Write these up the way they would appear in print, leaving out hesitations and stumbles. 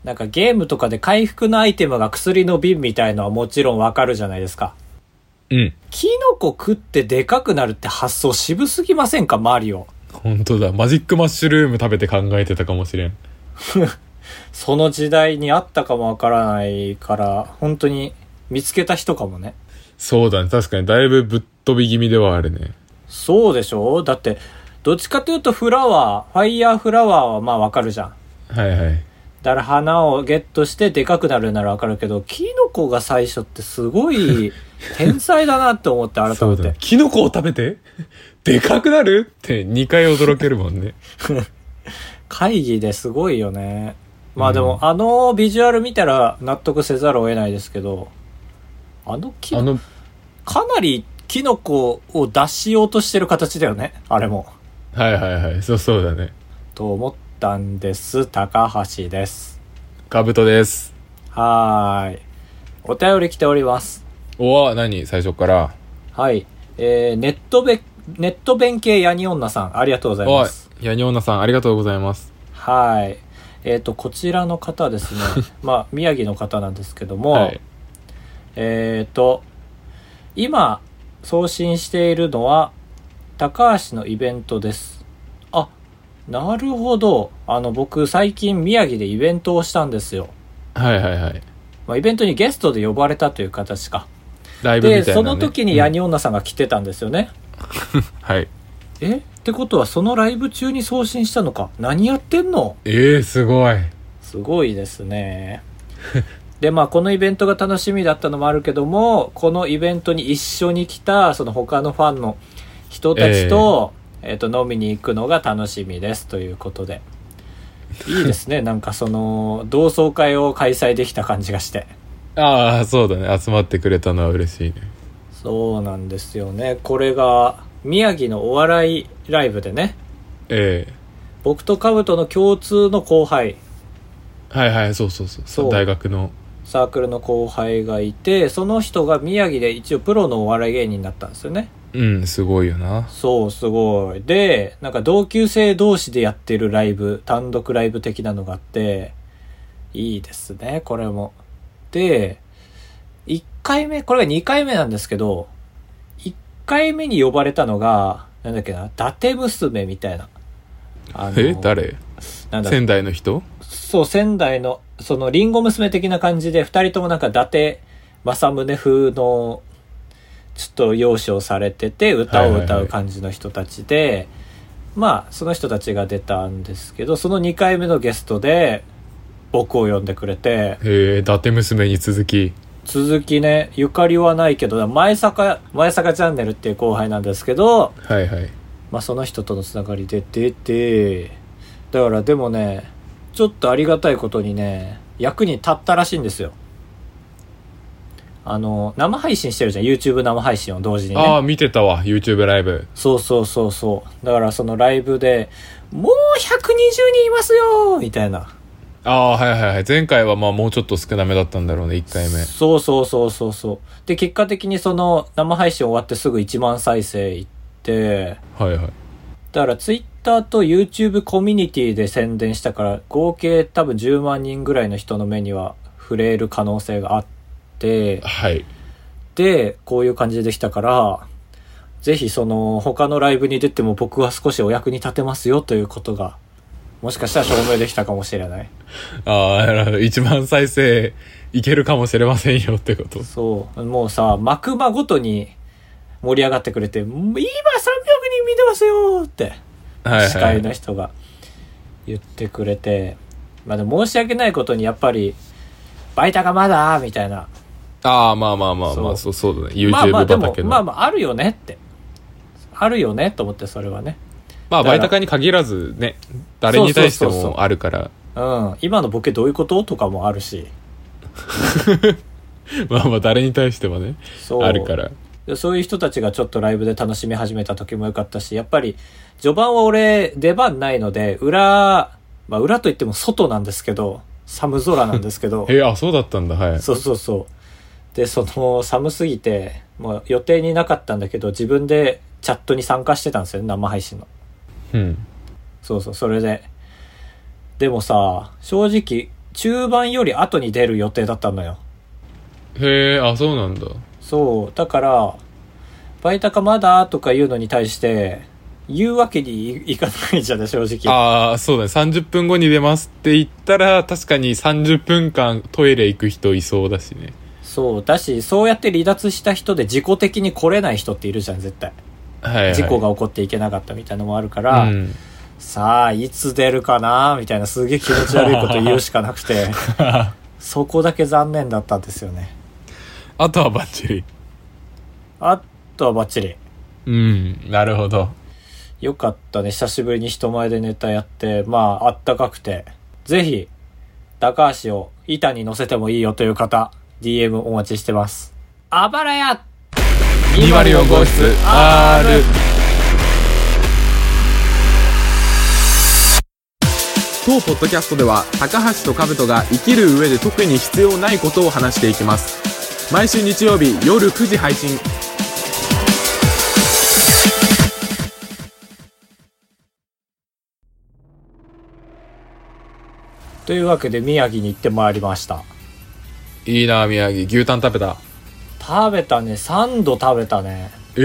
なんかゲームとかで回復のアイテムが薬の瓶みたいのはもちろんわかるじゃないですか。 うん。 キノコ食ってでかくなるって発想渋すぎませんか、マリオ。 本当だ。マジックマッシュルーム食べて考えてたかもしれん。 その時代にあったかもわからないから、本当に見つけた人かもね。 そうだね。確かにだいぶぶっ飛び気味ではあるね。 そうでしょ？だって、どっちかというとファイヤーフラワーはまあわかるじゃん。 はいはい。 だから花をゲットしてでかくなるならわかるけど、キノコが最初ってすごい天才だなって思って改めて。 そうだ。キノコを食べてでかくなるって2回驚けるもんね。 会議ですごいよね。まあでも、あのビジュアル見たら納得せざるを得ないですけど、かなりキノコを出しようとしてる形だよね、あれも。 はいはいはい。そうだね。 と思ったんです。高橋です。 カブトです。 はーい。お便り来ております。 おわ、何最初から。 はい。ネット弁系ヤニ女さん、ありがとうございます。 おい、ヤニオナさん、ありがとうございます。 はい。こちらの方ですね。まあ、宮城の方なんですけども、はい、今、送信しているのは、高橋のイベントです。あ、なるほど。僕、最近宮城でイベントをしたんですよ。 はいはいはい。 まあ、イベントにゲストで呼ばれたという形か。 ライブみたいな、ね。 で、その時にヤニ女さんが来てたんですよね。 はい。 ってことはそのライブ中に送信したのか。何やってんの？ すごい。 すごいですね。で、まあこのイベントが楽しみだったのもあるけども、このイベントに一緒に来たその他のファンの人たちと、飲みに行くのが楽しみですということで。いいですね。なんかその同窓会を開催できた感じがして。 ああ、そうだね。集まってくれたのは嬉しいね。 そうなんですよね。これが宮城のお笑いライブでね、僕とカブトの共通の後輩、 はいはい、そう大学のサークルの後輩がいて、その人が宮城で一応プロのお笑い芸人になったんですよね。 うん、すごいよな。 そうすごい。で、なんか同級生同士でやってるライブ、単独ライブ的なのがあって、いいですね、これも。で、1回目、これが2回目なんですけど、1回目に呼ばれたのが、なんだっけな、伊達娘みたいな。 誰？なんだ仙台の人？ そう、仙台の、そのリンゴ娘的な感じで、2人ともなんか伊達政宗風の、ちょっと容姿をされてて、歌を歌う感じの人たちで、まあ、その人たちが出たんですけど、その2回目のゲストで、僕を呼んでくれて。 伊達娘に続きね、ゆかりはないけど、前坂チャンネルっていう後輩なんですけど、 はいはい。 まあその人とのつながりで出て、だからでもね、ちょっとありがたいことにね、役に立ったらしいんですよ。生配信してるじゃん、YouTube 生配信を同時にね。 ああ、見てたわ、YouTube ライブ。 そう。だからそのライブで、もう120人いますよみたいな。 ああ、はい。前回はまあもうちょっと少なめだったんだろうね、1回目。 そう。で、結果的にその生配信終わってすぐ1万再生いって、 はいはい。 だから Twitter と YouTube コミュニティで宣伝したから、合計多分10万人ぐらいの人の目には触れる可能性があって、 はい。 で、こういう感じでできたから、ぜひその他のライブに出ても僕は少しお役に立てますよということが、もしかしたら証明できたかもしれない。 ああ、なるほど。1万再生いけるかもしれませんよってこと。 そう。もうさ、幕間ごとに盛り上がってくれて、今300人見てますよって、司会の人が言ってくれて、まあでも申し訳ないことにやっぱり、バイタがまだみたいな。 ああ、まあ、そうだね。YouTube 畑の。 まあ、あるよねって。あるよねと思って、それはね。 まあ、バイタカに限らずね、誰に対してもあるから。 うん。今のボケどういうこととかもあるし。 まあ、誰に対してもね、あるから。 そういう人たちがちょっとライブで楽しみ始めた時もよかったし、やっぱり、序盤は俺、出番ないので、裏といっても外なんですけど、寒空なんですけど。 そうだったんだ、はい。 そう。で、寒すぎて、もう予定になかったんだけど、自分でチャットに参加してたんですよね、生配信の。 うん。 それで。でもさ、正直、 中盤より後に出る予定だったのよ。 へえ、あ、そうなんだ。 そうだからバイタカまだとか言うのに対して言うわけにいかないじゃない正直。 ああ、そうだね。30分後に出ますって言ったら、確かに30分間トイレ行く人いそうだしね。 そうだし、そうやって離脱した人で自己的に来れない人っているじゃん絶対。 はい、はい。 事故が起こっていけなかったみたいなのもあるから、 うん、 さあいつ出るかなみたいなすげえ気持ち悪いこと言うしかなくてそこだけ残念だったんですよね。 あとはバッチリ。 あとはバッチリ。 うん、なるほど。 よかったね。久しぶりに人前でネタやって、まああったかくて、ぜひ高橋を板に乗せてもいいよという方 DM お待ちしてます。あばらや 204号室 R。 当ポッドキャストでは高橋と兜が生きる上で特に必要ないことを話していきます。毎週日曜日夜9時配信。 というわけで宮城に行ってまいりました。 いいな宮城。牛タン食べた？ 食べたね。3度食べたね。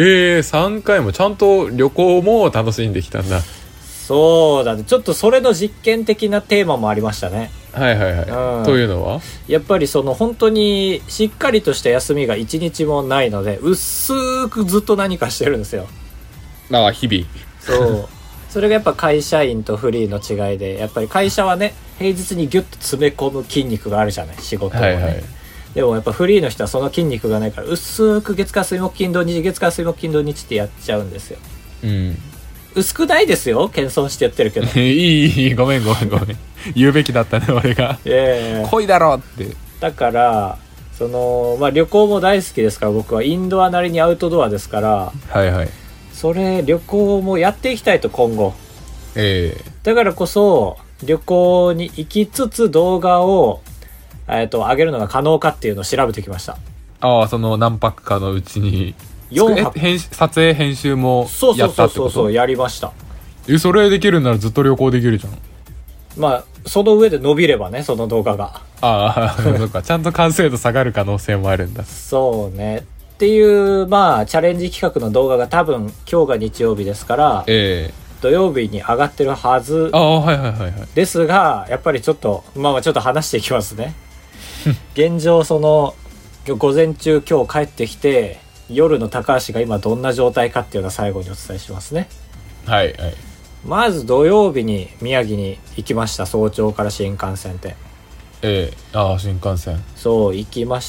3回もちゃんと旅行も楽しんできたんだ。 そうだね。ちょっとそれの実験的なテーマもありましたね。 はいはいはい、というのはやっぱりその本当にしっかりとした休みが1日もないので、薄くずっと何かしてるんですよ。 ああ、日々。 そうそれがやっぱ会社員とフリーの違いで、やっぱり会社はね平日にギュッと詰め込む筋肉があるじゃない、仕事をね、はいはい、でもやっぱフリーの人はその筋肉がないから薄く月火水木金土日、月火水木金土日ってやっちゃうんですよ。うん、薄くないですよ、謙遜してやってるけどいいごめん言うべきだったね俺が。濃いだろって。 だからその、まあ、旅行も大好きですから、僕はインドアなりにアウトドアですから、はいはい、それ旅行もやっていきたいと今後、だからこそ旅行に行きつつ動画を上げるのが可能かっていうのを調べてきました。 ああ、その何泊かのうちに4泊撮影編集もやったってこと？ そうやりました。 それできるならずっと旅行できるじゃん。 まあその上で伸びればね、その動画が。ああそうかちゃんと完成度下がる可能性もあるんだ。 そうねっていう、まあチャレンジ企画の動画が多分今日が日曜日ですから、土曜日に上がってるはずですが、やっぱりちょっとちょっと話していきますね現状その午前中今日帰ってきて、夜の高橋が今どんな状態かっていうのを最後にお伝えしますね。はいはい。まず土曜日に宮城に行きました。早朝から新幹線で。 新幹線。 そう行きまして、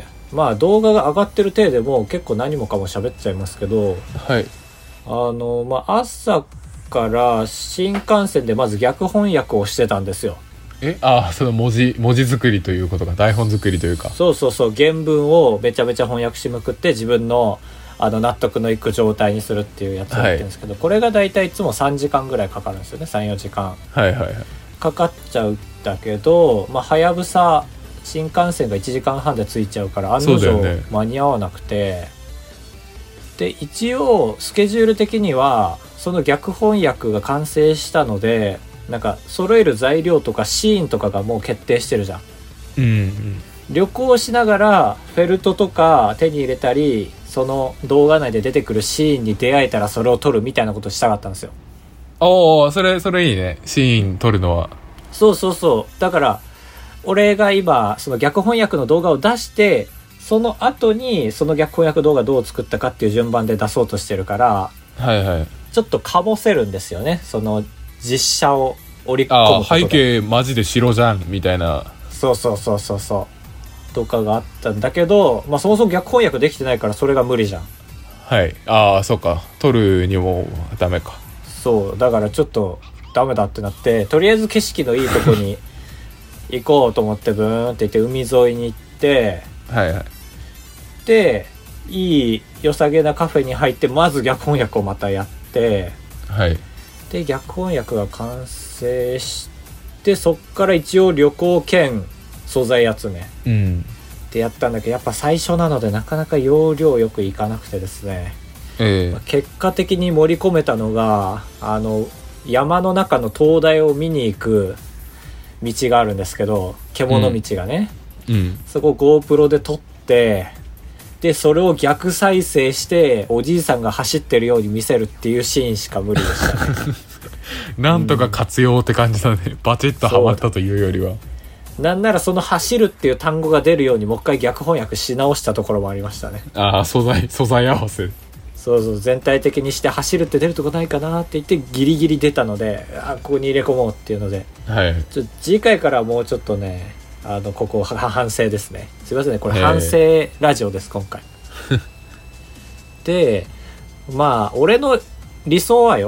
まあ動画が上がってる体でもう結構何もかも喋っちゃいますけど、はい。朝から新幹線でまず逆翻訳をしてたんですよ。 その文字作りということか、台本作りというか。 そう原文をめちゃめちゃ翻訳しまくって自分の納得のいく状態にするっていうやつをやってるんですけど、これがだいたいいつも3時間ぐらいかかるんですよね。 3,4 時間かかっちゃうんだけど、はやぶさ新幹線が1時間半で着いちゃうから案の定間に合わなくて、で一応スケジュール的にはその逆翻訳が完成したので、なんか揃える材料とかシーンとかがもう決定してるじゃん。旅行しながらフェルトとか手に入れたり、その動画内で出てくるシーンに出会えたらそれを撮るみたいなことしたかったんですよ。 それいいね、シーン撮るのは。 そうだから俺が今その逆翻訳の動画を出して、その後にその逆翻訳動画どう作ったかっていう順番で出そうとしてるから、ちょっとかぼせるんですよね、その実写を織り込むことで。 背景マジで白じゃんみたいな。 そうとかがあったんだけど、そもそも逆翻訳できてないからそれが無理じゃん。 そうか、撮るにもダメか。 そうだからちょっとダメだってなって、とりあえず景色のいいとこに行こうと思ってブーンって行って海沿いに行って、でいい良さげなカフェに入って、まず逆翻訳をまたやって、で逆翻訳が完成して、そっから一応旅行兼素材集めってやったんだけど、やっぱ最初なのでなかなか要領よくいかなくてですね、結果的に盛り込めたのが山の中の灯台を見に行く道があるんですけど、獣道がね、 うん。 そこを GoPro で撮って、でそれを逆再生しておじいさんが走ってるように見せるっていうシーンしか無理でしたね。 なんとか活用って感じだね。バチッとハマったというよりは。 なんならその走るっていう単語が出るようにもう一回逆翻訳し直したところもありましたね。 ああ、素材合わせ。 そうそう、全体的にして走るって出るとこないかなって言ってギリギリ出たので、ここに入れ込もうっていうので、 はい。 次回からもうちょっとね、ここ反省ですね。すいませんね、これ反省ラジオです今回。で、まあ俺の理想は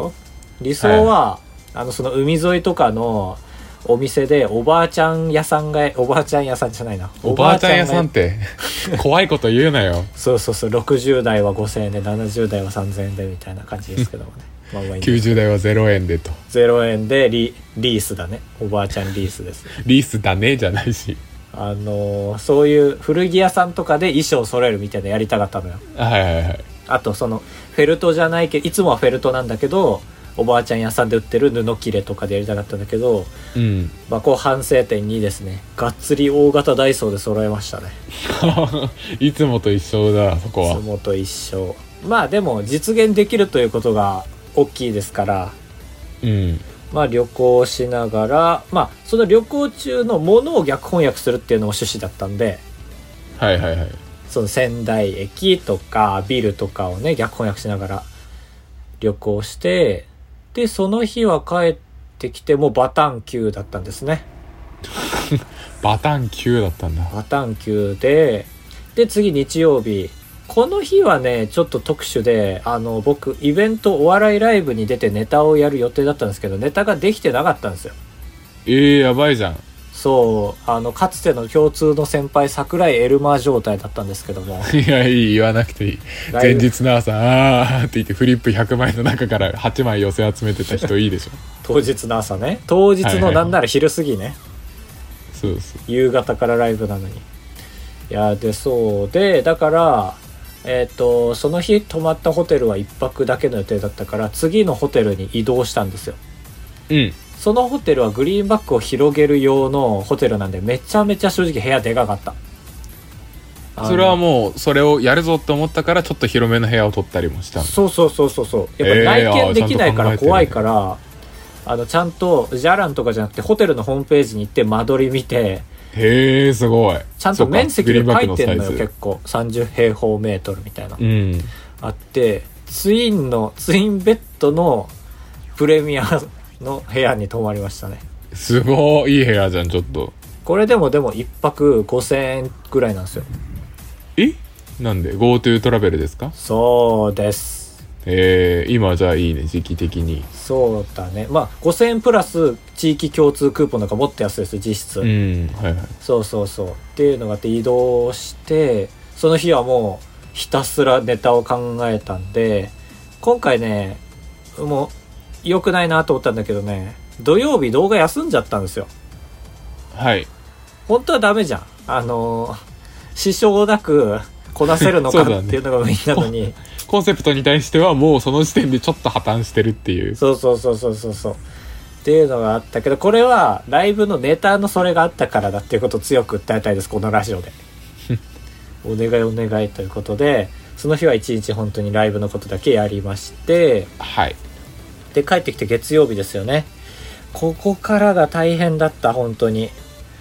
その海沿いとかのお店でおばあちゃん屋さんじゃないな、 おばあちゃん屋さんって怖いこと言うなよ。 そう60代は5000円で70代は3000円でみたいな感じですけどもね。まあ 90代は0円でと。 0円でリースだね。おばあちゃんリースです。 リースだねじゃないし、 そういう古着屋さんとかで衣装揃えるみたいなやりたかったのよ。 はいはいはい。 あとそのフェルトじゃないけど、いつもはフェルトなんだけどおばあちゃん屋さんで売ってる布切れとかでやりたかったんだけど、 うん。 まあこう反省点2ですね。がっつり大型ダイソーで揃えましたね。 いつもと一緒だそこは。 いつもと一緒。まあでも実現できるということが大きいですから、 うん。 まあ旅行しながら、まあその旅行中のものを逆翻訳するっていうのも趣旨だったんで、 はいはいはい。 その仙台駅とかビルとかをね逆翻訳しながら旅行して、でその日は帰ってきてもうバタン級だったんですね。 バタン級だったんだ。 バタン級で次日曜日、この日はねちょっと特殊で、僕イベントお笑いライブに出てネタをやる予定だったんですけど、ネタができてなかったんですよ。 やばいじゃん。 そうかつての共通の先輩桜井エルマー状態だったんですけどもいやいい、言わなくていい。前日の朝って言ってフリップ100枚の中から8枚寄せ集めてた人いいでしょ。 当日の朝ね、当日のなんなら昼過ぎね、 そうそう。 夕方からライブなのに。いやでそうで、だからその日泊まったホテルは1泊だけの予定だったから、次のホテルに移動したんですよ。 うん。 そのホテルはグリーンバックを広げる用のホテルなんで、めちゃめちゃ正直部屋でかかった。 それはもうそれをやるぞって思ったからちょっと広めの部屋を取ったりもしたんだ。 そうやっぱ内見できないから怖いから、ちゃんとジャランとかじゃなくてホテルのホームページに行って間取り見て、 へえすごい。 ちゃんと面積で書いてんのよ。結構30平方メートルみたいな、 うん、 あって、ツインベッドのプレミアの部屋に泊まりましたね。 すごいいい部屋じゃん。ちょっとこれでも1泊5000円ぐらいなんですよ。 なんで GoTo トラベルですか？ そうです。 今じゃあいいね、時期的に。 そうだね。まあ5000円プラス地域共通クーポンなんかもっと安いです実質。 うん、はいはい。 そうっていうのがあって移動して、その日はもうひたすらネタを考えたんで、今回ねもう良くないなと思ったんだけどね、土曜日動画休んじゃったんですよ。 はい。 本当はダメじゃん。支障なくこなせるのかっていうのがメインなのに、 コンセプトに対してはもうその時点でちょっと破綻してるっていう。 そうっていうのがあったけど、これはライブのネタのそれがあったからだっていうことを強く訴えたいです、このラジオで。お願いということで、その日は一日本当にライブのことだけやりまして、 はい。 で帰ってきて月曜日ですよね。ここからが大変だった、本当に。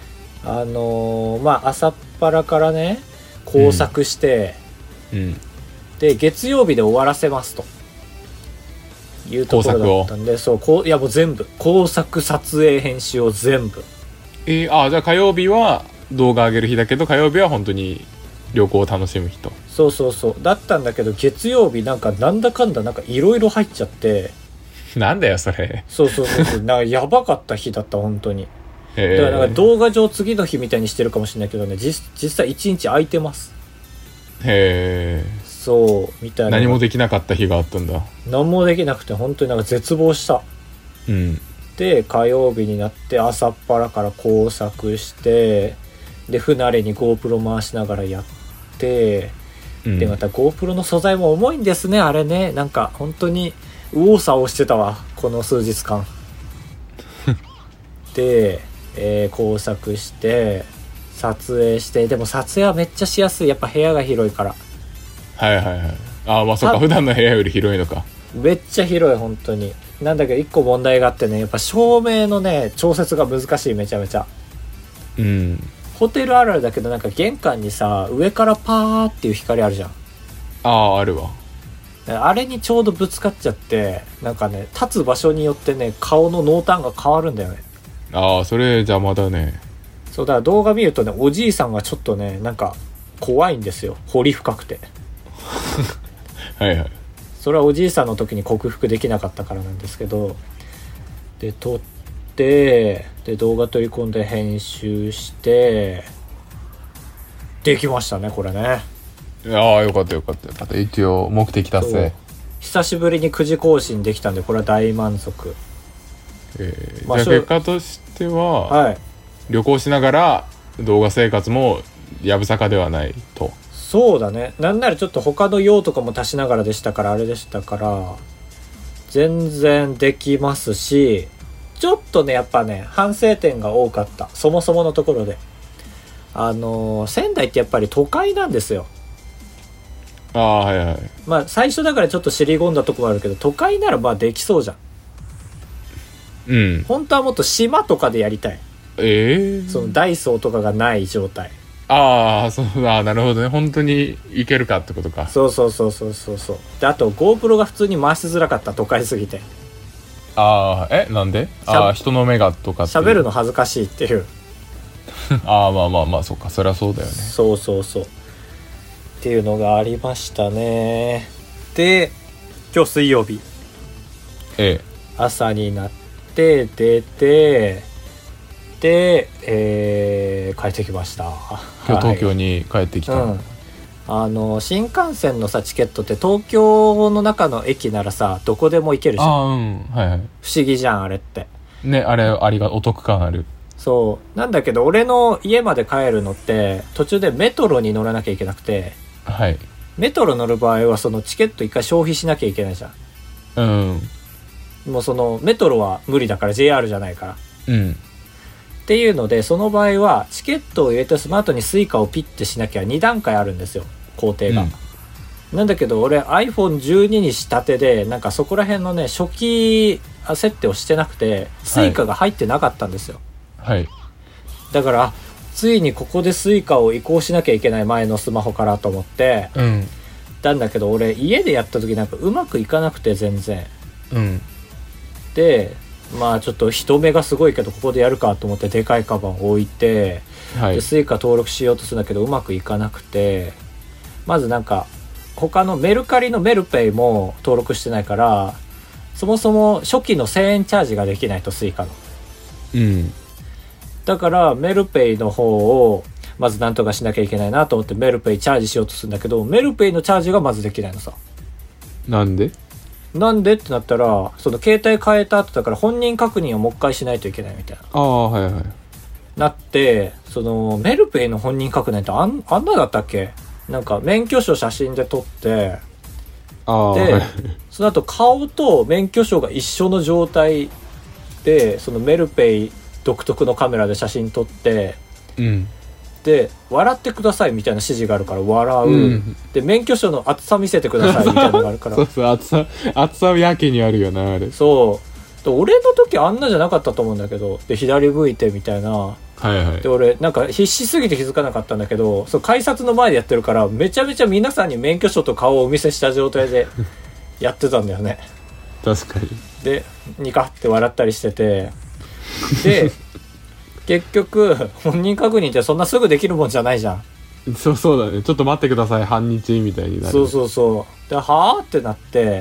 まあ朝っぱらからね工作して、で月曜日で終わらせますというところだったんで、いやもう全部工作、撮影、編集を全部。 じゃあ火曜日は動画上げる日だけど、火曜日は本当に旅行を楽しむ日と。 そうだったんだけど、月曜日なんだかんだいろいろ入っちゃって。 なんだよそれ。 そうなんかやばかった日だった本当に。だからなんか動画上次の日みたいにしてるかもしれないけどね、実際1日空いてます。 へえ。 そうみたいな。 何もできなかった日があったんだ。 何もできなくて本当になんか絶望した。で火曜日になって朝っぱらから工作して、で不慣れに GoPro 回しながらやって、でまた GoPro の素材も重いんですね、あれね。なんか本当に右往左往してたわ、この数日間。で工作して撮影して、でも撮影はめっちゃしやすい、やっぱ部屋が広いから。 はいはいはい。ああ、まあそっか、普段の部屋より広いのか。 めっちゃ広い本当に。なんだけど一個問題があってね、やっぱ照明のね調節が難しい、めちゃめちゃ。 うん。 ホテルあるあるだけど、なんか玄関にさ上からパーっていう光あるじゃん。 ああ、あるわ。 あれにちょうどぶつかっちゃって、なんかね立つ場所によってね顔の濃淡が変わるんだよね。 ああ、それ邪魔だね。 そうだから動画見るとね、おじいさんがちょっとねなんか怖いんですよ、彫り深くて。 はいはい。 それはおじいさんの時に克服できなかったからなんですけど、で撮って、で動画取り込んで編集してできましたね、これね。 ああ、よかったよかったよかった。一応目的達成。 久しぶりに9時更新できたんで、これは大満足。 じゃあ結果としては、 はい、 旅行しながら動画生活もやぶさかではないと。 そうだね。なんならちょっと他の用とかも足しながらでしたから、あれでしたから全然できますし、ちょっとねやっぱね反省点が多かった、そもそものところで。仙台ってやっぱり都会なんですよ。 ああ、はいはい。 まあ最初だからちょっと尻込んだとこもあるけど、都会ならまあできそうじゃん。 うん。 本当はもっと島とかでやりたい。そのダイソーとかがない状態。 ああ、そうだ、なるほどね。本当に行けるかってことか。 そうそうそうそうそうそう。であと GoPro が普通に回しづらかった、都会すぎて。 ああ、なんで？ああ、人の目がとかっていう。 喋るの恥ずかしいっていう。 ああ、まあまあまあ、そうか、そりゃそうだよね。 そうそうそうっていうのがありましたね。で今日水曜日、朝になって出て、で、帰ってきました。 今日東京に帰ってきた、 はい、新幹線のさチケットって東京の中の駅ならさどこでも行けるじゃん。 ああ、うん、はいはい。 不思議じゃんあれってね。あれお得感ある。 そうなんだけど、俺の家まで帰るのって途中でメトロに乗らなきゃいけなくて、 はい。 メトロ乗る場合はそのチケット一回消費しなきゃいけないじゃん。 うん。 もうそのメトロは無理だから、 JR じゃないから。 うんっていうので、その場合はチケットを入れてスマートにスイカをピッてしなきゃ2段階あるんですよ、工程が。なんだけど俺 iPhone12 にしたてで、なんかそこら辺のね初期設定をしてなくてスイカが入ってなかったんですよ。 はい。 だからついにここでスイカを移行しなきゃいけない、前のスマホからと思って、なんだけど俺家でやった時なんかうまくいかなくて全然。でまあちょっと人目がすごいけどここでやるかと思ってでかいカバンを置いて、でスイカ登録しようとするんだけどうまくいかなくて、まずなんか他のメルカリのメルペイも登録してないから、そもそも初期の1000円チャージができないと、スイカの。だからメルペイの方をまずなんとかしなきゃいけないなと思ってメルペイチャージしようとするんだけど、メルペイのチャージがまずできないのさ。 なんでってなったら、その携帯変えた後だから本人確認をもう一回しないといけないみたいな。 ああ、はいはい。 なって、そのメルペイの本人確認ってあんなだったっけ？なんか免許証写真で撮って、で、その後顔と免許証が一緒の状態で、そのメルペイ独特のカメラで写真撮って、で笑ってくださいみたいな指示があるから笑う、で免許証の厚さ見せてくださいみたいなのがあるからそうそう、厚さやけにあるよなあれ。 そうで俺の時あんなじゃなかったと思うんだけど、で左向いてみたいな。で俺なんか必死すぎて気づかなかったんだけど、そう改札の前でやってるからめちゃめちゃ皆さんに免許証と顔をお見せした状態でやってたんだよね。 確かに。 でニカって笑ったりしてて、で結局本人確認ってそんなすぐできるもんじゃないじゃん。 そうだね。ちょっと待ってください半日みたいになる。 そうではーってなって、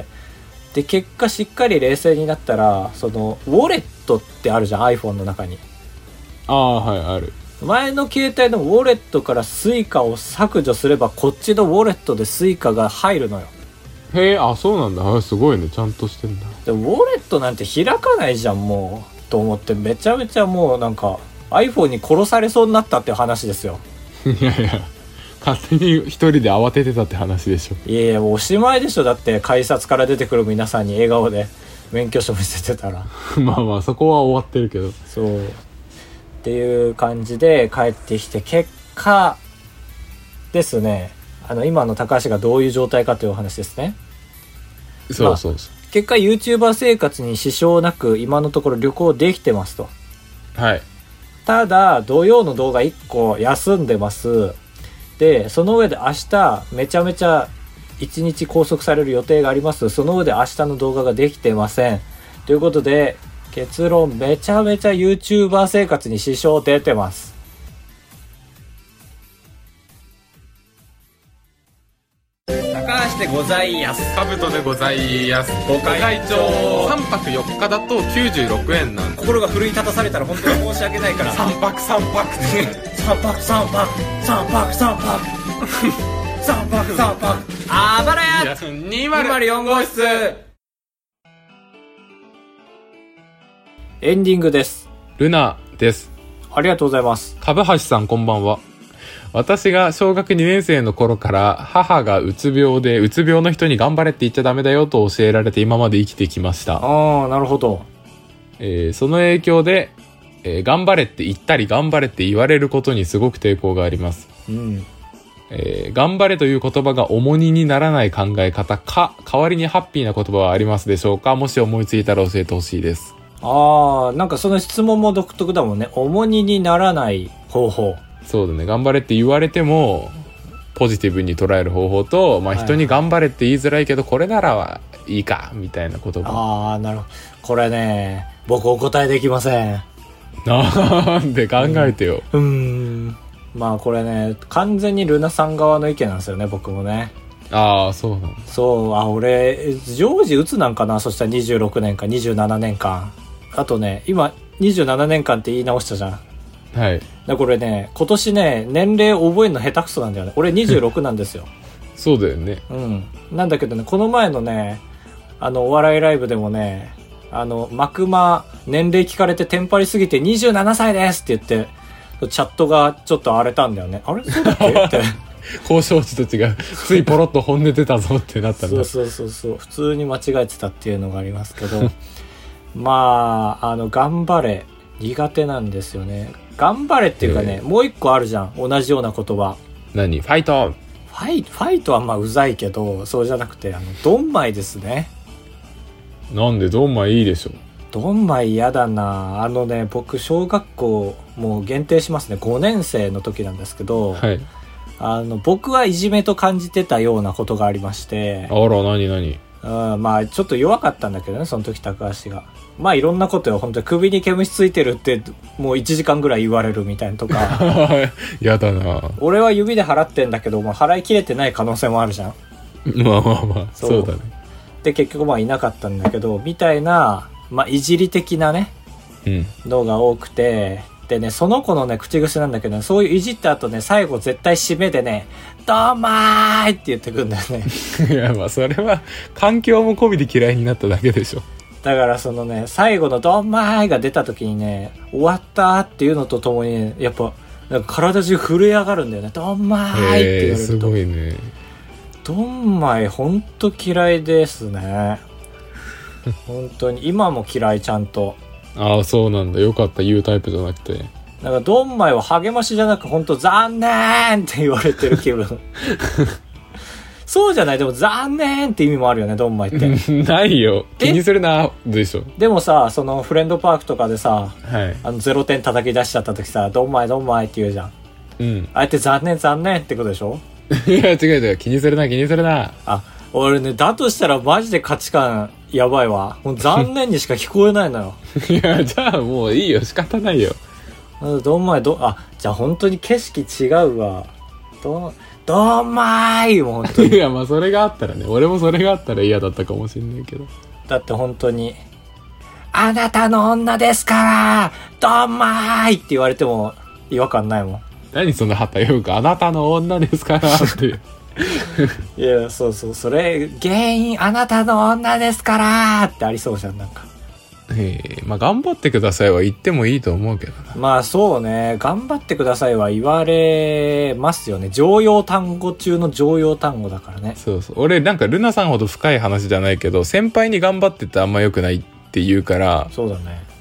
で結果しっかり冷静になったら、そのウォレットってあるじゃん iPhone の中に。 ああ、はい、ある。 前の携帯のウォレットからスイカを削除すればこっちのウォレットでスイカが入るのよ。 へえ、あ、そうなんだ。すごいね、ちゃんとしてんだ。 でウォレットなんて開かないじゃんもうと思って、めちゃめちゃもうなんか iPhone に殺されそうになったっていう話ですよ。 いやいや、勝手に一人で慌ててたって話でしょ。 いやいや、もうおしまいでしょ。だって改札から出てくる皆さんに笑顔で免許証見せてたらまあまあそこは終わってるけど。 そうっっていう感じで帰ってきて、結果ですね、今の高橋がどういう状態かというお話ですね。 そうそうそう。 結果 YouTuber 生活に支障なく今のところ旅行できてますと。 はい。 ただ土曜の動画1個休んでます。でその上で明日めちゃめちゃ1日拘束される予定があります。その上で明日の動画ができてませんということで、結論めちゃめちゃ YouTuber 生活に支障出てます。高橋でございます。 カブトでございます。ご会長3泊4日だと96円なんで、 心が奮い立たされたら本当に申し訳ないから 3泊3泊 3泊3泊3泊3泊3泊3泊あばらや204号室。エンディングです。 ルナです。 ありがとうございます。 株橋さんこんばんは。私が小学2年生の頃から母がうつ病で、うつ病の人に頑張れって言っちゃダメだよと教えられて今まで生きてきました。 ああ、なるほど。 その影響で、頑張れって言ったり頑張れって言われることにすごく抵抗があります。 うん。 頑張れという言葉が重荷にならない考え方か、代わりにハッピーな言葉はありますでしょうか。もし思いついたら教えてほしいです。 ああ、なんかその質問も独特だもんね。重荷にならない方法。 そうだね。頑張れって言われてもポジティブに捉える方法と、まあ、人に頑張れって言いづらいけど、これならはいいかみたいな言葉。 ああ、なるほど。これね、僕お答えできません。 なんで考えてよ。 まあこれね、完全にルナさん側の意見なんですよね、僕もね。 ああ、そうなの。 そう、俺常時鬱なんかな。そしたら26年間27年間、あとね、今27年間って言い直したじゃん。 はい。 だこれね、今年ね、年齢覚えるの下手くそなんだよね。俺26なんですよ。 そうだよね。 うん。なんだけどね、この前のね、お笑いライブでもね、幕間年齢聞かれてテンパりすぎて27歳ですって言って、チャットがちょっと荒れたんだよね。あれそうだっけって。 交渉地たちがついポロッと本音出たぞってなったんだ。 そう普通に間違えてたっていうのがありますけどまあ頑張れ苦手なんですよね。頑張れっていうかね、もう一個あるじゃん、同じような言葉。 何？ファイト。 ファイトはまあうざいけど、そうじゃなくてドンマイですね。 なんで？ドンマイいいでしょ。 ドンマイ嫌だな。僕小学校もう限定しますね、5年生の時なんですけど、 はい。 僕はいじめと感じてたようなことがありまして。 あら、何？ まあちょっと弱かったんだけどね、その時高橋が。まあいろんなことよ、本当に首に毛虫ついてるってもう1時間ぐらい言われるみたいなとかやだな。 俺は指で払ってんだけども払い切れてない可能性もあるじゃん。 まあそうだね。 で結局まあいなかったんだけどみたいな、まあいじり的なね、のが多くて、でね、その子のね口癖なんだけど、ね、そういういじった後ね、最後絶対締めでね、どうまーいって言ってくんだよねいや、まあそれは環境も込みで嫌いになっただけでしょ。 だからそのね、最後のドンマーイが出た時にね、終わったっていうのとともに、ね、やっぱなんか体中震え上がるんだよね。ドンマーイって言われると。 すごいね。 ドンマイほんと嫌いですね本当に今も嫌い、ちゃんと。 ああ、そうなんだ。よかった、言うタイプじゃなくて。 なんかドンマイは励ましじゃなく、ほんと残念って言われてる気分そうじゃない？でも残念って意味もあるよね、ドンマイってないよ、気にするなでしょ。 でもさ、そのフレンドパークとかでさ、 はい、 0点叩き出しちゃった時さ、ドンマイって言うじゃん。 うん。 あえて残念ってことでしょいや、違う、気にするな。 あ、俺ね、だとしたらマジで価値観やばいわ。もう残念にしか聞こえないのよいや、じゃあもういいよ、仕方ないよ。 ドンマイ、じゃあ本当に景色違うわ。ドンマイもう本当に。 いや、まあそれがあったらね、俺もそれがあったら嫌だったかもしれないけど。 だって本当に、あなたの女ですからドンマイって言われても違和感ないもん。 何その旗よく、あなたの女ですからっていや、そうそれ原因あなたの女ですからってありそうじゃん、なんか。 まあ頑張ってくださいは言ってもいいと思うけどな。 まあそうね、頑張ってくださいは言われますよね。常用単語中の常用単語だからね。 そう俺なんかルナさんほど深い話じゃないけど、先輩に頑張ってってあんま良くないって言うから。 そうだね。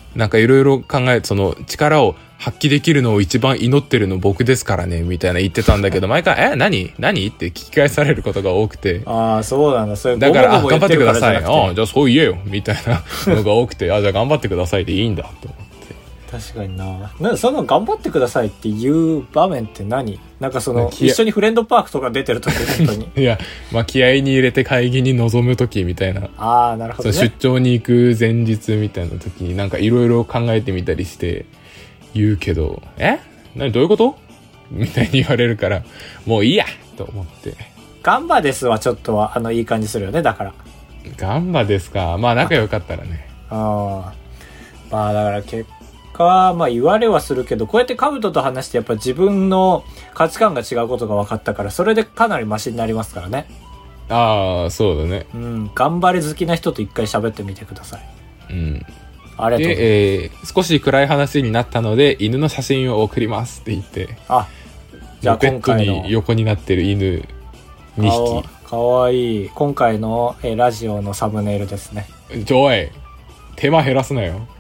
なんかいろいろ考えて、その力を発揮できるのを一番祈ってるの僕ですからね、みたいな言ってたんだけど、毎回、何って聞き返されることが多くて。 ああ、そうなんだ。それだから、頑張ってください。 じゃじゃあそう言えよ、みたいなのが多くて、じゃあ頑張ってくださいでいいんだ、と思って。 確かにな。その頑張ってくださいっていう場面って何？なんかその、一緒にフレンドパークとか出てる時本当に。 いや、まあ気合に入れて会議に臨む時みたいな。 ああ、なるほどね。 出張に行く前日みたいな時になんかいろいろ考えてみたりして言うけど、何どういうこと？みたいに言われるから、もういいやと思って。 ガンバですはちょっといい感じするよね、だから。 ガンバですか。まあ仲良かったらね。 ああ。まあだから結果は、まあ言われはするけど、こうやってカブトと話してやっぱ自分の価値観が違うことが分かったから、それでかなりマシになりますからね。 ああ、そうだね。 うん。頑張り好きな人と一回喋ってみてください。 うん。 ありがとうございます。少し暗い話になったので、犬の写真を送りますって言って。 じゃあベッドに横になってる犬2匹。 かわいい。今回のラジオのサムネイルですね。 おい、手間減らすなよ。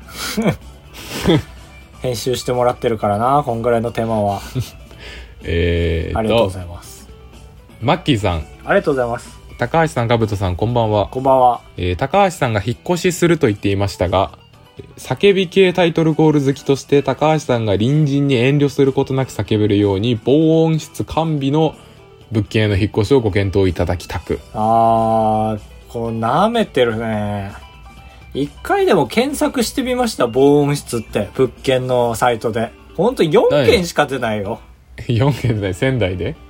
編集してもらってるからな、こんぐらいの手間は。ありがとうございます。 マッキーさん。 ありがとうございます。 高橋さん、かぶとさん、こんばんは。 こんばんは。 高橋さんが引っ越しすると言っていましたが、叫び系タイトルコール好きとして高橋さんが隣人に遠慮することなく叫べるように防音室完備の物件への引っ越しをご検討いただきたく。 こう舐めてるね。一回でも検索してみました、防音室って物件のサイトで。ほんと4件しか出ないよ。 4件で仙台で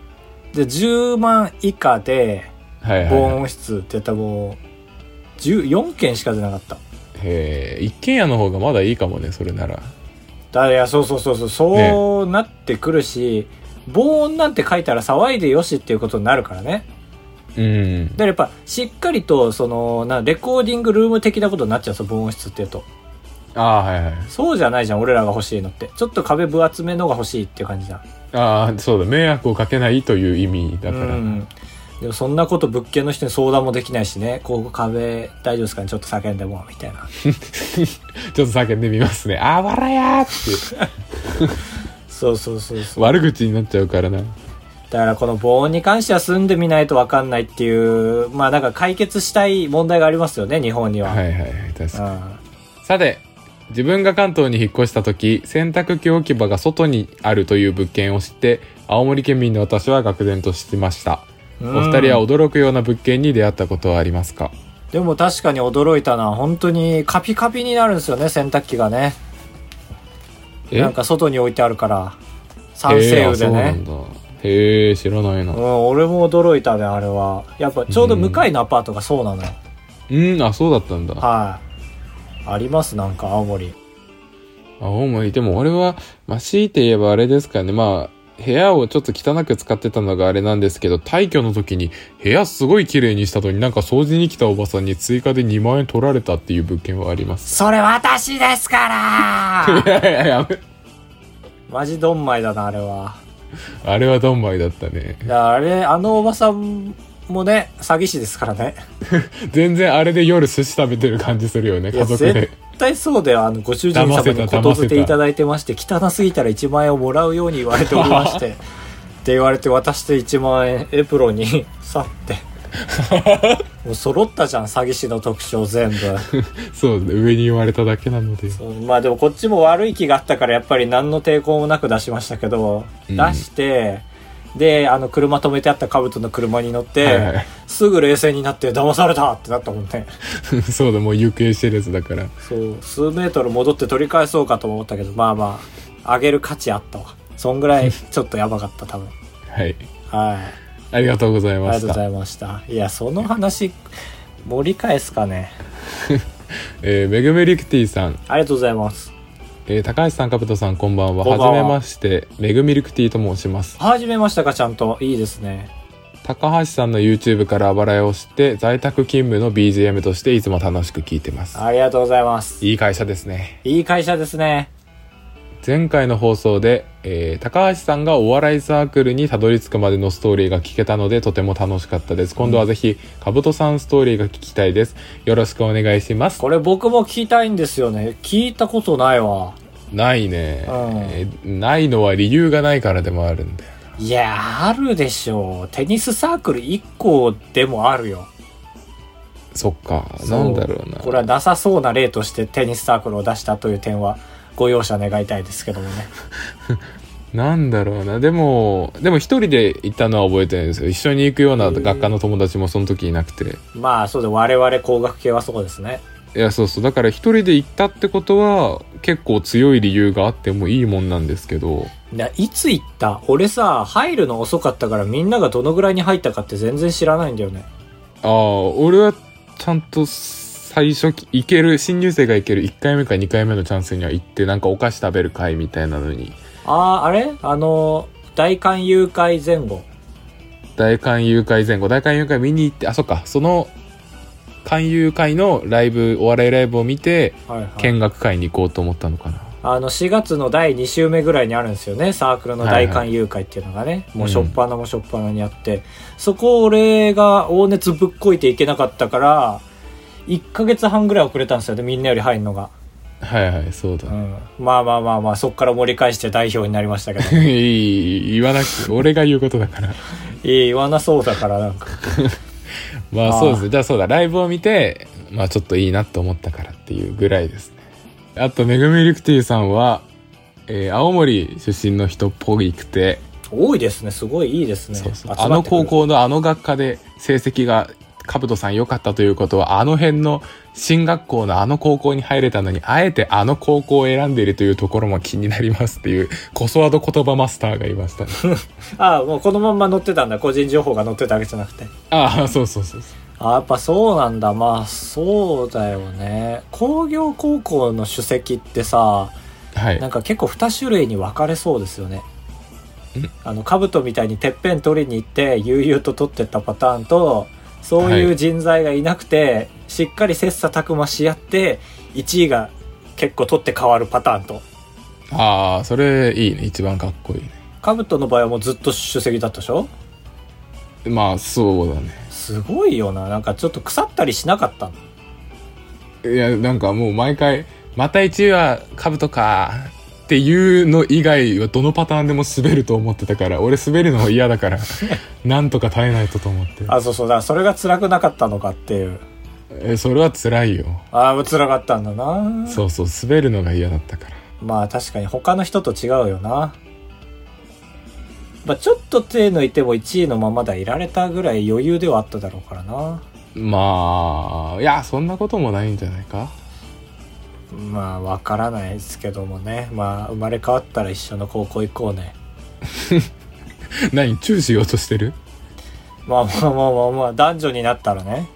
10万以下で防音室って言ったらもう4件しか出なかった。 一軒家の方がまだいいかもね、それなら。 いや、そうなってくるし、防音なんて書いたら騒いでよしっていうことになるからね。 うん。 だからやっぱしっかりとレコーディングルーム的なことになっちゃうんですよ、防音室って言うと。 はいはい。 そうじゃないじゃん、俺らが欲しいのって。ちょっと壁分厚めのが欲しいっていう感じじゃん。 そうだ、迷惑をかけないという意味だから。 でもそんなこと物件の人に相談もできないしね。ここ壁大丈夫ですかね、ちょっと叫んでもみたいな。 ちょっと叫んでみますね。笑やーってそう悪口になっちゃうからな。 だからこの防音に関しては住んでみないと分かんないっていう、まあなんか解決したい問題がありますよね、日本には。 はい確かに。さて、自分が関東に引っ越した時、洗濯機置き場が外にあるという物件を知って青森県民の私は愕然としました。お二人は驚くような物件に出会ったことはありますか？ でも確かに驚いたな。本当にカピカピになるんですよね、洗濯機がね。なんか外に置いてあるからサンセールでね。 そうなんだ。へえ、知らないな。 俺も驚いたね、あれは。やっぱちょうど向かいのアパートがそうなのよ。 そうだったんだ。 はい。あります、なんか青森。 青森、でも俺は、強いて言えばあれですかね。部屋をちょっと汚く使ってたのがあれなんですけど、退去の時に部屋すごい綺麗にしたのになんか掃除に来たおばさんに追加で2万円取られたっていう物件はあります。 それ私ですからいややめ。 マジドンマイだな、あれは。 あれはドンマイだったね。 あのおばさんもね、詐欺師ですからね。 全然あれで夜寿司食べてる感じするよね、家族で。 絶対そうだよ。ご主人様にことづていただいてまして、汚すぎたら1万円をもらうように言われておりましてって言われて、渡して1万円エプロンに去ってもう揃ったじゃん、詐欺師の特徴全部。 そうね、上に言われただけなので。 でもこっちも悪い気があったからやっぱり何の抵抗もなく出しましたけど、出してで車止めてあったカブトの車に乗って、すぐ冷静になって騙されたってなったもんね。 そうだ、もう行方知れずだから。 そう数メートル戻って取り返そうかと思ったけど、上げる価値あったわ。そんぐらいちょっとやばかった多分。 はいありがとうございました。 ありがとうございました。いや、その話盛り返すかね。 めぐみりくてぃさん、 ありがとうございます。 高橋さん、かぶとさん、こんばんは。はじめまして、めぐみりくてぃと申します。 はじめましたか、ちゃんと。いいですね。 高橋さんの YouTube からあばらやを知って在宅勤務の BGM としていつも楽しく聞いてます。 ありがとうございます。 いい会社ですね。 いい会社ですね。 前回の放送で、高橋さんがお笑いサークルにたどり着くまでのストーリーが聞けたのでとても楽しかったです。今度はぜひかぶとさんストーリーが聞きたいです。よろしくお願いします。 これ僕も聞きたいんですよね。聞いたことないわ。 ないね、ないのは理由がないからでもあるんだよ。 いやあるでしょう。テニスサークル1個でもあるよ。 そっか、なんだろうな。 これはなさそうな例としてテニスサークルを出したという点はご容赦願いたいですけどもね。 なんだろうな。でも一人で行ったのは覚えてないんですよ。一緒に行くような学科の友達もその時いなくて。 まあそうで、我々工学系はそうですね。 いや、そうそう。だから一人で行ったってことは結構強い理由があってもいいもんなんですけど。 いつ行った？俺さ、入るの遅かったからみんながどのぐらいに入ったかって全然知らないんだよね。 俺はちゃんと最初行ける、新入生が行ける1回目か2回目のチャンスには行って、なんかお菓子食べる会みたいなのに。 あれ大観遊会前後。 大観遊会見に行って、そっか、その観遊会のライブ、お笑いライブを見て、見学会に行こうと思ったのかな。 4月の第2週目ぐらいにあるんですよね。サークルの大観遊会っていうのがね。もうしょっぱなにあって、そこ俺が大熱ぶっこいていけなかったから、1ヶ月半ぐらい遅れたんですよね。みんなより入るのが。 はいはい、そうだ。 まあ、そっから盛り返して代表になりましたけど。 言わなくて、俺が言うことだから。 言わなそうだからなんか。 まあそうですね。じゃあそうだ、ライブを見て、まあちょっといいなと思ったからっていうぐらいですね。あと、めぐみリクティさんは、青森出身の人っぽくて。 多いですね。すごいいいですね。 そうそう。あの高校のあの学科で成績がかぶとさん良かったということは、あの辺の進学校のあの高校に入れたのに、あえてあの高校を選んでいるというところも気になりますっていう、コソワド言葉マスターがいましたね。 もうこのまんま載ってたんだ。個人情報が載ってたわけじゃなくて。 そう。 やっぱそうなんだ。まあそうだよね。工業高校の首席ってさ、なんか結構2種類に分かれそうですよね。兜みたいにてっぺん取りに行って悠々と取ってったパターンと、そういう人材がいなくて、しっかり切磋琢磨し合って1位が結構取って変わるパターンと。 それいいね。一番かっこいいね。 兜の場合はもうずっと首席だったでしょ。 まあそうだね。 すごいよな。なんかちょっと腐ったりしなかったの？ いや、なんかもう毎回また1位は兜かっていうの以外はどのパターンでも滑ると思ってたから、俺滑るのは嫌だからなんとか耐えないと思って。 そうだ、それが辛くなかったのかっていう。 それは辛いよ。 辛かったんだな。 そう、滑るのが嫌だったから。 まあ確かに他の人と違うよな。ちょっと手抜いても1位のままでいられたぐらい余裕ではあっただろうからな。 まあいや、そんなこともないんじゃないか。 まあわからないですけどもね。まあ生まれ変わったら一緒の高校行こうね。 何、チューしようとしてる？ まあ男女になったらね。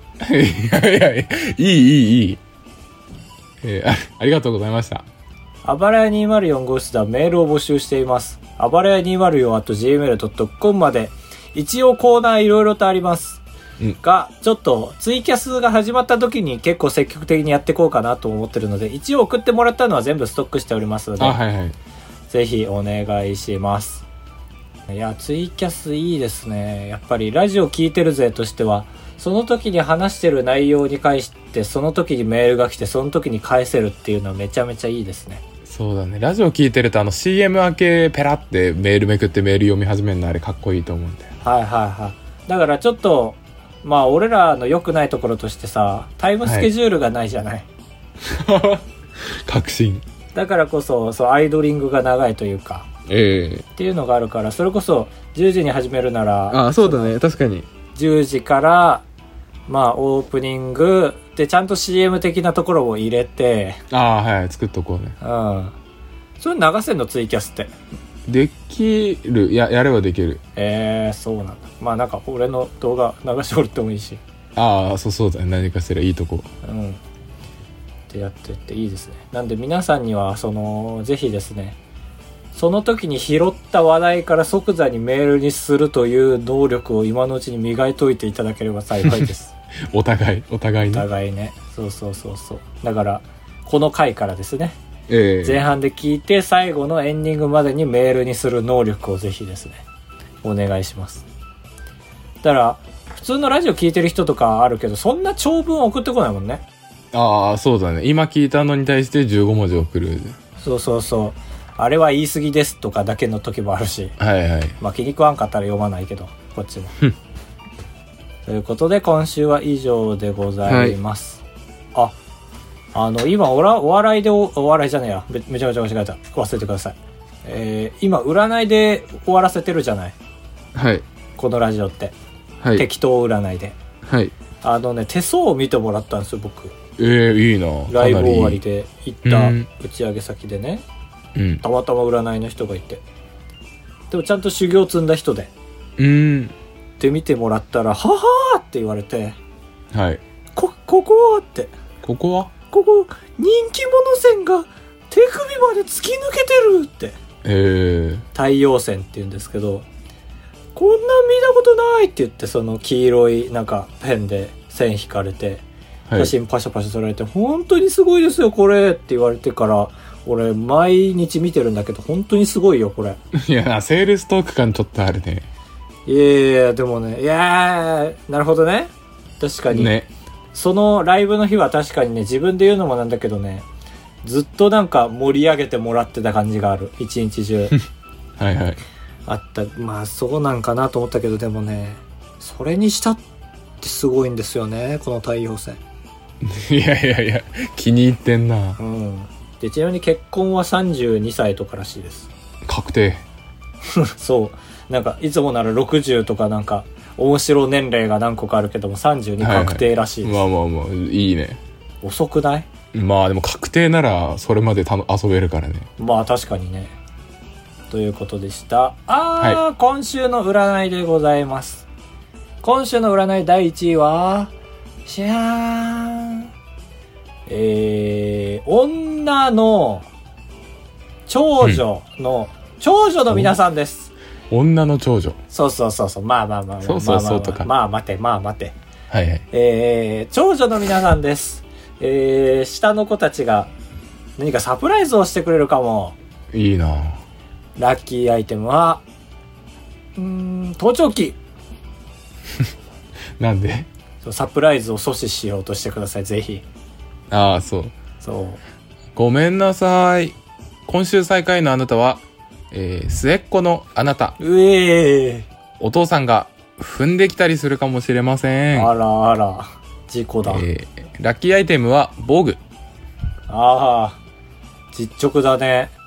いい。ありがとうございました。 あばらや204号室ではメールを募集しています。あばらや 204@gmail.com まで。一応コーナーいろいろとあります。が、ちょっとツイキャスが始まった時に結構積極的にやっていこうかなと思ってるので、一応送ってもらったのは全部ストックしておりますので、ぜひお願いします。いや、ツイキャスいいですね。やっぱりラジオ聞いてる勢としては、その時に話してる内容に関して、その時にメールが来て、その時に返せるっていうのはめちゃめちゃいいですね。 そうだね。ラジオ聞いてるとCM 明けペラってメールめくってメール読み始めるのあれかっこいいと思うんだよ。 だからちょっと、まあ俺らの良くないところとしてさ、タイムスケジュールがないじゃない。 確信。 だからこそ、アイドリングが長いというか、っていうのがあるから、それこそ10時に始めるなら、 そうだね、確かに。 10時から、まあオープニングでちゃんと CM 的なところを入れて、 作っとこうね。 それ流せんの？ツイキャスってできる。やればできる。 そうなんだ。まあなんか俺の動画流しておるってもいいし。 そうだね。何かすればいいとこ。 ってやってっていいですね。なんで皆さんにはぜひですね、その時に拾った話題から即座にメールにするという能力を今のうちに磨いといていただければ幸いです。 お互いね。 そう。だからこの回からですね、 前半で聞いて最後のエンディングまでにメールにする能力をぜひですね、お願いします。だから普通のラジオ聞いてる人とかあるけど、そんな長文送ってこないもんね。 ああ、そうだね。今聞いたのに対して15文字送る。 そうそうそう。あれは言い過ぎですとかだけの時もあるし。 はいはい。 まあ気に食わんかったら読まないけど、こっちも。ということで今週は以上でございます。はい、今お笑いでお笑いじゃねえや。めちゃめちゃ間違えた。忘れてください。今占いで終わらせてるじゃない。 はい。 このラジオって。 はい。 適当占いで。 はい。 手相を見てもらったんですよ、僕。 いいな。 ライブ終わりで行った打ち上げ先でね。 うん。 たまたま占いの人がいて。でもちゃんと修行積んだ人で。で見てもらったら、ははーって言われて。 はい。 ここって。 ここはここ、人気者線が手首まで突き抜けてるって。太陽線って言うんですけど、こんなん見たことないって言って、その黄色いなんかペンで線引かれて、写真パシャパシャ撮られて、本当にすごいですよこれって言われてから、俺毎日見てるんだけど本当にすごいよこれ。 いや、セールストーク感ちょっとあるね。 いやでもね、なるほどね。確かにね。そのライブの日は確かにね、自分で言うのもなんだけどね、ずっとなんか盛り上げてもらってた感じがある、一日中。 はいはい。 あった。まあそうなんかなと思ったけど、でもね、それにしたってすごいんですよね、この太陽線。 いや、気に入ってんな。 で、ちなみに結婚は32歳とからしいです。 確定。 そう。なんか、いつもなら60とかなんか、面白年齢が何個かあるけども、32確定らしいです。 まあ、いいね。 遅くない？ まあでも確定なら、それまで遊べるからね。 まあ確かにね。ということでした。今週の占いでございます。今週の占い第1位は、しゃーん。女の長女の皆さんです。 女の長女。 そう。まあ。 そうとか。 まあ待て。 はいはい。 長女の皆さんです。下の子たちが何かサプライズをしてくれるかも。 いいな。 ラッキーアイテムは、盗聴器。 なんで？ サプライズを阻止しようとしてください、ぜひ。 ああ、そう。ごめんなさい。今週最下位のあなたは、末っ子のあなた。お父さんが踏んできたりするかもしれません。 あら、事故だ。 ラッキーアイテムは防具。 ああ、実直だね。